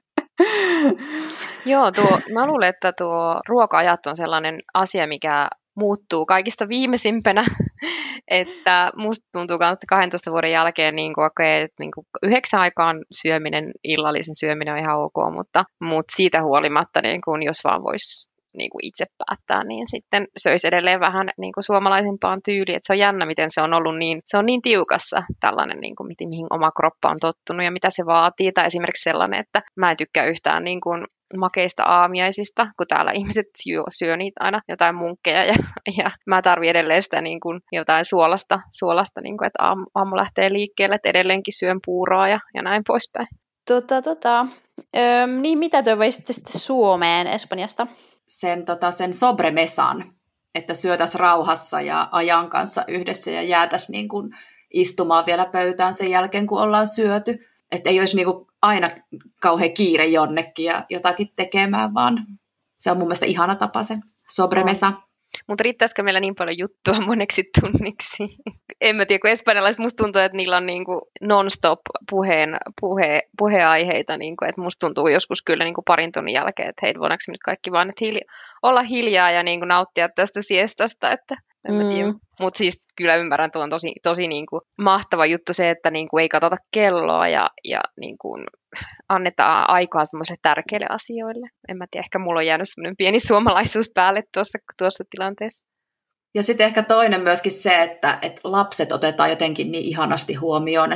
Joo, tuo, mä luulen, että tuo ruoka-ajat on sellainen asia, mikä muuttuu kaikista viimeisimpänä. Että musta tuntuu, että kahdentoista vuoden jälkeen niin kuin, okay, että niin kuin yhdeksän aikaan syöminen, illallisen syöminen on ihan ok, mutta, mutta siitä huolimatta, niin kuin, jos vaan voisi niin kuin itse päättää, niin sitten söisi edelleen vähän niin kuin suomalaisempaan tyyliin. Että se on jännä, miten se on ollut niin, se on niin tiukassa tällainen, niin kuin, mihin oma kroppa on tottunut ja mitä se vaatii. Tai esimerkiksi sellainen, että mä en tykkää yhtään niin kuin makeista aamiaisista, kun täällä ihmiset syö, syö niitä aina jotain munkkeja ja, ja mä tarvitsen edelleen sitä niin kuin jotain suolasta, suolasta niin kuin, että aamu, aamu lähtee liikkeelle, että edelleenkin syön puuroa ja, ja näin poispäin. Tota, tota. Öm, niin mitä toivoisitte sitten Suomeen Espanjasta? Sen, tota, sen sobremesan, että syötäisiin rauhassa ja ajan kanssa yhdessä ja jäätäisiin niin kuin istumaan vielä pöytään sen jälkeen, kun ollaan syöty. Että ei olisi niin kuin aina kauhean kiire jonnekin ja jotakin tekemään, vaan se on mun mielestä ihana tapa se sobremesa. No. Mutta riittäisikö meillä niin paljon juttua moneksi tunniksi? En mä tiedä, kun espanjalaiset musta tuntuu, että niillä on niinku non-stop puheen, puhe, puheaiheita. Niinku, että musta tuntuu joskus kyllä niinku parin tunnin jälkeen, että hei, voidaanko nyt kaikki vaan nyt hilja- olla hiljaa ja niinku nauttia tästä siestasta. Että, en mä tiedä. Mm. Mutta siis kyllä ymmärrän, tuo on tosi, tosi niinku mahtava juttu se, että niinku ei katsota kelloa ja, ja niinku annetaan aikaa semmoisille tärkeille asioille. En mä tiedä, ehkä mulla on jäänyt semmoinen pieni suomalaisuus päälle tuossa, tuossa tilanteessa. Ja sitten ehkä toinen myöskin se, että, että lapset otetaan jotenkin niin ihanasti huomioon, että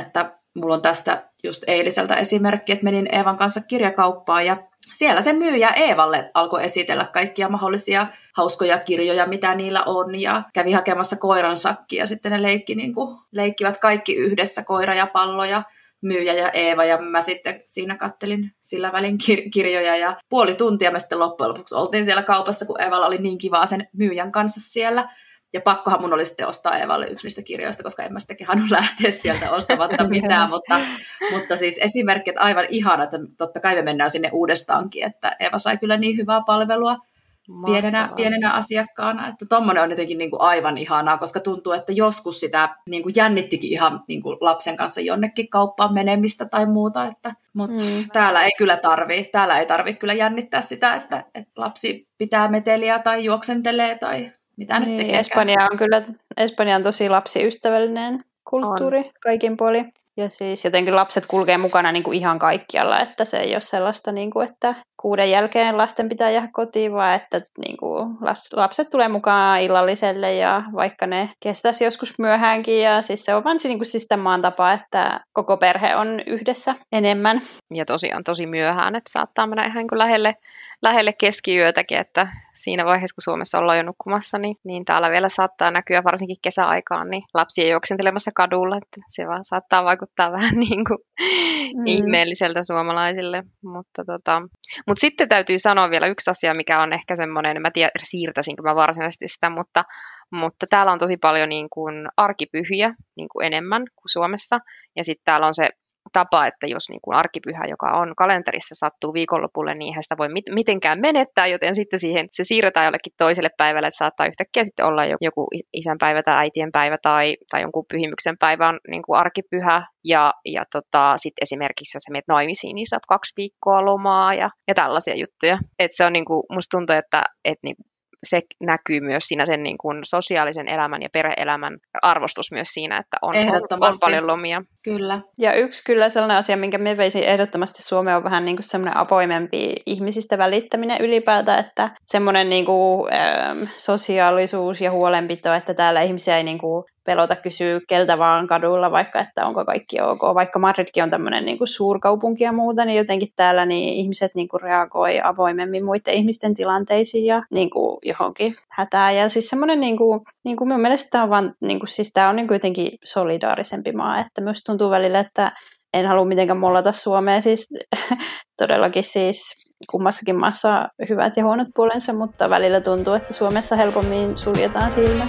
mulla on tästä just eiliseltä esimerkki, että menin Eevan kanssa kirjakauppaan ja siellä se myyjä Eevalle alkoi esitellä kaikkia mahdollisia hauskoja kirjoja, mitä niillä on, ja kävi hakemassa koiran sakki, ja sitten ne leikki, niin kuin, leikkivät kaikki yhdessä, koira ja pallo, ja myyjä ja Eeva, ja mä sitten siinä kattelin sillä välin kir- kirjoja, ja puoli tuntia me sitten loppujen lopuksi oltiin siellä kaupassa, kun Eevalla oli niin kivaa sen myyjän kanssa siellä. Ja pakkohan mun oli sitten ostaa Eevalle yksi niistä kirjoista, koska en mä sitten kehannut lähteä sieltä ostamatta mitään, mutta, mutta siis esimerkki, että aivan ihana, että totta kai me mennään sinne uudestaankin, että Eeva sai kyllä niin hyvää palvelua pienenä, pienenä asiakkaana, että tommoinen on jotenkin niin kuin aivan ihanaa, koska tuntuu, että joskus sitä niin kuin jännittikin ihan niin kuin lapsen kanssa jonnekin kauppaan menemistä tai muuta, että, mutta mm. täällä ei kyllä tarvii, täällä ei tarvii kyllä jännittää sitä, että, että lapsi pitää meteliä tai juoksentelee tai mitä nyt niin, tekee. Espanja on kyllä Espanja on tosi lapsiystävällinen kulttuuri on. Kaikin puolin. Ja siis jotenkin lapset kulkee mukana niin kuin ihan kaikkialla, että se ei ole sellaista, niin kuin, että kuuden jälkeen lasten pitää jäädä kotiin, vaan että niin kuin, lapset tulee mukaan illalliselle ja vaikka ne kestäisi joskus myöhäänkin. Ja siis se on vaan niin kuin, siis maan tapa, että koko perhe on yhdessä enemmän. Ja tosiaan tosi myöhään, että saattaa mennä ihan kuin lähelle, lähelle keskiyötäkin, että siinä vaiheessa, kun Suomessa ollaan jo nukkumassa, niin, niin täällä vielä saattaa näkyä varsinkin kesäaikaan, niin lapsia juoksentelemassa kadulla, että se vaan saattaa vaikuttaa vähän niin kuin mm. ihmeelliseltä suomalaisille. Mutta, tota, mutta sitten täytyy sanoa vielä yksi asia, mikä on ehkä semmoinen, en mä tiedä siirtäisinkö mä varsinaisesti sitä, mutta, mutta täällä on tosi paljon niin kuin arkipyhiä niin kuin enemmän kuin Suomessa, ja sitten täällä on se tapa, että jos niin kuin arkipyhä, joka on kalenterissa, sattuu viikonlopulle, niin eihän sitä voi mit- mitenkään menettää, joten sitten siihen se siirretään jollekin toiselle päivälle, että saattaa yhtäkkiä sitten olla joku isänpäivä tai äitienpäivä tai, tai jonkun pyhimyksen päivä on niin kuin arkipyhä, ja, ja tota, sitten esimerkiksi jos sä menet naimisiin, niin saat kaksi viikkoa lomaa ja, ja tällaisia juttuja. Et se on niin kuin, musta tuntuu, että et niin se näkyy myös siinä sen niin kuin sosiaalisen elämän ja perhe-elämän arvostus myös siinä, että on, on, on paljon lomia. Kyllä. Ja yksi kyllä sellainen asia, minkä me veisin ehdottomasti Suomeen, on vähän niin kuin semmoinen avoimempi ihmisistä välittäminen ylipäätään, että semmoinen niin kuin, ähm, sosiaalisuus ja huolenpito, että täällä ihmisiä ei niin kuin pelota kysyä keltä vaan kadulla, vaikka että onko kaikki ok. Vaikka Madridkin on tämmöinen niin kuin suurkaupunki ja muuta, niin jotenkin täällä niin ihmiset niin kuin reagoi avoimemmin muiden ihmisten tilanteisiin ja niin kuin johonkin hätään. Ja siis semmoinen, niin kuin, niin kuin minun mielestä tämä on, vaan, niin kuin, siis tämä on niin kuin jotenkin solidaarisempi maa, että myös tuntuu välillä, että en halua mitenkään mollata Suomea, siis todellakin siis kummassakin maassa hyvät ja huonot puolensa, mutta välillä tuntuu, että Suomessa helpommin suljetaan silmä.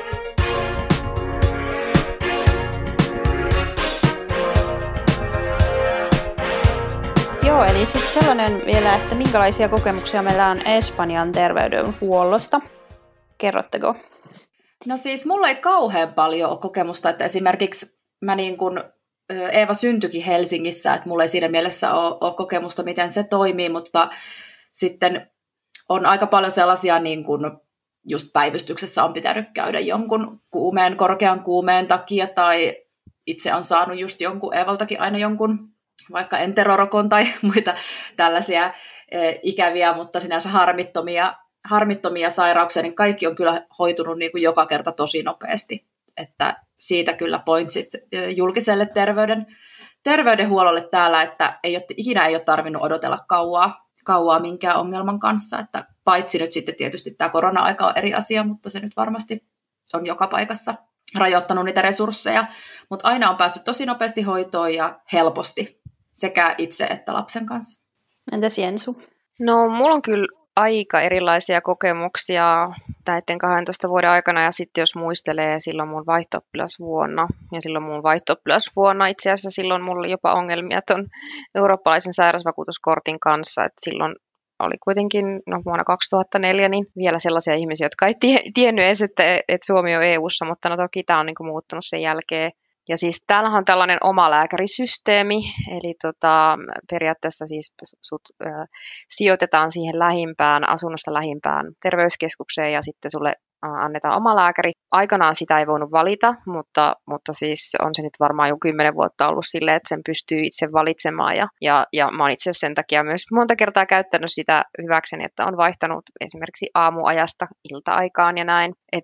Joo, eli sitten sellainen vielä, että minkälaisia kokemuksia meillä on Espanjan terveydenhuollosta. Kerrotteko? No siis mulla ei kauhean paljon ole kokemusta, että esimerkiksi mä niin kuin Eeva syntyikin Helsingissä, että mulla ei siinä mielessä ole, ole kokemusta, miten se toimii, mutta sitten on aika paljon sellaisia, niin kuin just päivystyksessä on pitänyt käydä jonkun kuumeen, korkean kuumeen takia, tai itse on saanut just jonkun Eevaltakin aina jonkun vaikka enterorokon tai muita tällaisia e, ikäviä, mutta sinänsä harmittomia, harmittomia sairauksia, niin kaikki on kyllä hoitunut niin kuin joka kerta tosi nopeasti. Että siitä kyllä pointsit julkiselle terveyden, terveydenhuollolle täällä, että ei ole, ikinä ei ole tarvinnut odotella kauaa, kauaa minkään ongelman kanssa. Että paitsi nyt sitten tietysti tämä korona-aika on eri asia, mutta se nyt varmasti on joka paikassa rajoittanut niitä resursseja. Mutta aina on päässyt tosi nopeasti hoitoon ja helposti sekä itse että lapsen kanssa. Entäs Jensu? No mulla on kyllä aika erilaisia kokemuksia näiden kahdentoista vuoden aikana, ja sitten jos muistelee silloin mun vaihto-oppilasvuonna, ja silloin mun vaihto-oppilasvuonna itse asiassa silloin mulla oli jopa ongelmia ton eurooppalaisen sairausvakuutuskortin kanssa, että silloin oli kuitenkin no, vuonna kaksituhattaneljä niin vielä sellaisia ihmisiä, jotka ei tie, tiennyt edes, että, että Suomi on E U:ssa, mutta no toki tämä on niin kuin muuttunut sen jälkeen. Ja siis täällähän on tällainen oma lääkärisysteemi, eli tota, periaatteessa siis sut ö, sijoitetaan siihen lähimpään, asunnosta lähimpään terveyskeskukseen ja sitten sulle annetaan oma lääkäri. Aikanaan sitä ei voinut valita, mutta, mutta siis on se nyt varmaan jo kymmenen vuotta ollut silleen, että sen pystyy itse valitsemaan. Ja, ja, ja mä oon itse sen takia myös monta kertaa käyttänyt sitä hyväkseni, että on vaihtanut esimerkiksi aamuajasta ilta-aikaan ja näin. Että niin kuin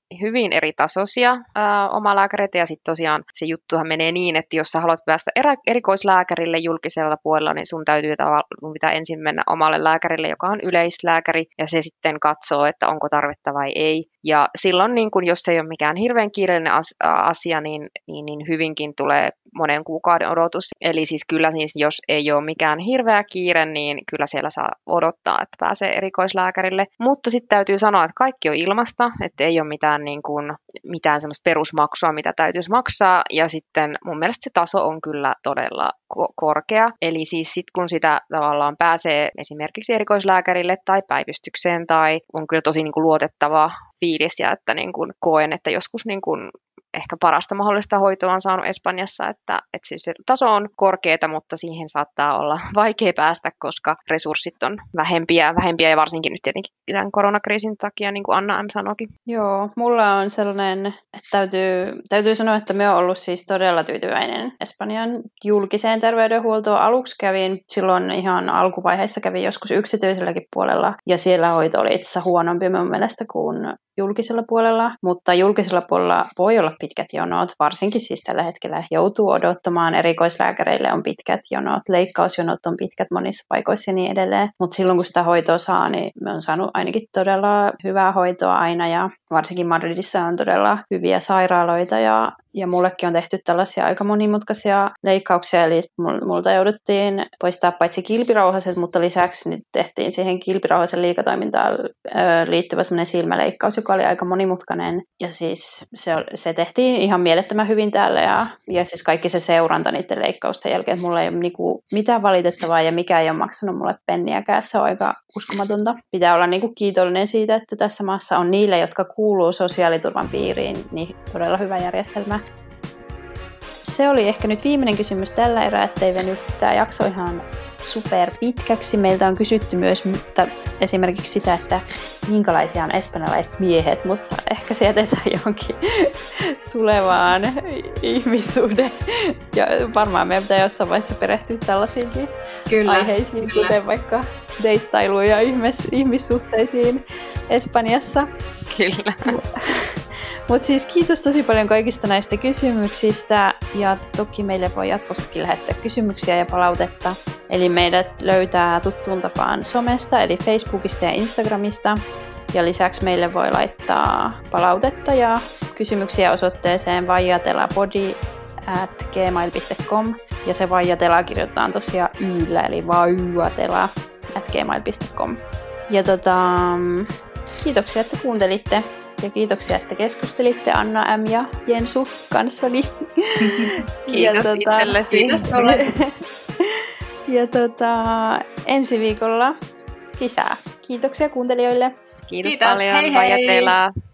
hyvin eri tasoisia ää, omalääkäreitä, ja sitten tosiaan se juttuhan menee niin, että jos sä haluat päästä erä, erikoislääkärille julkisella puolella, niin sun täytyy sun pitää ensin mennä omalle lääkärille, joka on yleislääkäri, ja se sitten katsoo, että onko tarvetta vai ei. Ja silloin, niin kun, jos se ei ole mikään hirveän kiireellinen asia, niin, niin, niin hyvinkin tulee monen kuukauden odotus. Eli siis kyllä siis, jos ei ole mikään hirveä kiire, niin kyllä siellä saa odottaa, että pääsee erikoislääkärille. Mutta sitten täytyy sanoa, että kaikki on ilmasta, että ei ole mitään, niin kuin, mitään semmoista perusmaksua, mitä täytyisi maksaa. Ja sitten mun mielestä se taso on kyllä todella ko- korkea. Eli siis sitten kun sitä tavallaan pääsee esimerkiksi erikoislääkärille tai päivystykseen tai on kyllä tosi niin kuin luotettava fiilis ja että niin kuin koen, että joskus niin kuin ehkä parasta mahdollista hoitoa on saanut Espanjassa, että, että siis se taso on korkeata, mutta siihen saattaa olla vaikea päästä, koska resurssit on vähempiä, vähempiä ja varsinkin nyt tietenkin tämän koronakriisin takia, niin kuin Anna M. sanoikin. Joo, mulla on sellainen, että täytyy, täytyy sanoa, että me oon ollut siis todella tyytyväinen Espanjan julkiseen terveydenhuoltoon. Aluksi kävin, silloin ihan alkuvaiheessa kävin joskus yksityiselläkin puolella, ja siellä hoito oli itse asiassa huonompi mun mielestä kuin julkisella puolella, mutta julkisella puolella voi olla pitkät jonot, varsinkin siis tällä hetkellä joutuu odottamaan, erikoislääkäreille on pitkät jonot, leikkausjonot on pitkät monissa paikoissa ja niin edelleen, mutta silloin kun sitä hoitoa saa, niin me on saanut ainakin todella hyvää hoitoa aina, ja varsinkin Madridissa on todella hyviä sairaaloita, ja, ja mullekin on tehty tällaisia aika monimutkaisia leikkauksia, eli multa jouduttiin poistaa paitsi kilpirauhaset, mutta lisäksi nyt tehtiin siihen kilpirauhasen liikatoimintaan liittyvä sellainen silmäleikkaus, joka oli aika monimutkainen, ja siis se, se tehtiin ihan mielettömän hyvin täällä, ja, ja siis kaikki se seuranta niiden leikkausten jälkeen, että mulla ei ole niinku mitään valitettavaa, ja mikä ei ole maksanut mulle penniäkään, se on aika uskomatonta. Pitää olla niinku kiitollinen siitä, että tässä maassa on niille, jotka kuuluu sosiaaliturvan piiriin, niin todella hyvä järjestelmä. Se oli ehkä nyt viimeinen kysymys tällä erää, ettei veny tämä jakso ihan super pitkäksi. Meiltä on kysytty myös mutta esimerkiksi sitä, että minkälaisia on espanjalaiset miehet, mutta ehkä se jätetään johonkin tulevaan ihmissuhde. Ja varmaan meidän pitää jossain vaiheessa perehtyä tällaisiinkin kyllä, aiheisiin, kyllä. Kuten vaikka deittailuun ja ihmis- ihmissuhteisiin Espanjassa. Kyllä. Mutta siis kiitos tosi paljon kaikista näistä kysymyksistä, ja toki meille voi jatkossakin lähettää kysymyksiä ja palautetta. Eli meidät löytää tuttuun tapaan somesta, eli Facebookista ja Instagramista. Ja lisäksi meille voi laittaa palautetta ja kysymyksiä osoitteeseen vaijatelapodi at gmail piste com. Ja se vaijatela kirjoitetaan tosiaan yllä, eli vaijatela at gmail piste com. Ja tota, kiitoksia, että kuuntelitte. Ja kiitoksia, että keskustelitte Anna M. ja Jensu kanssani. Kiitos tota, itsellesi. Kiitos sulle. Ja tota, ensi viikolla lisää. Kiitoksia kuuntelijoille. Kiitos Kiitos, paljon. hei hei. Vaijatelaa.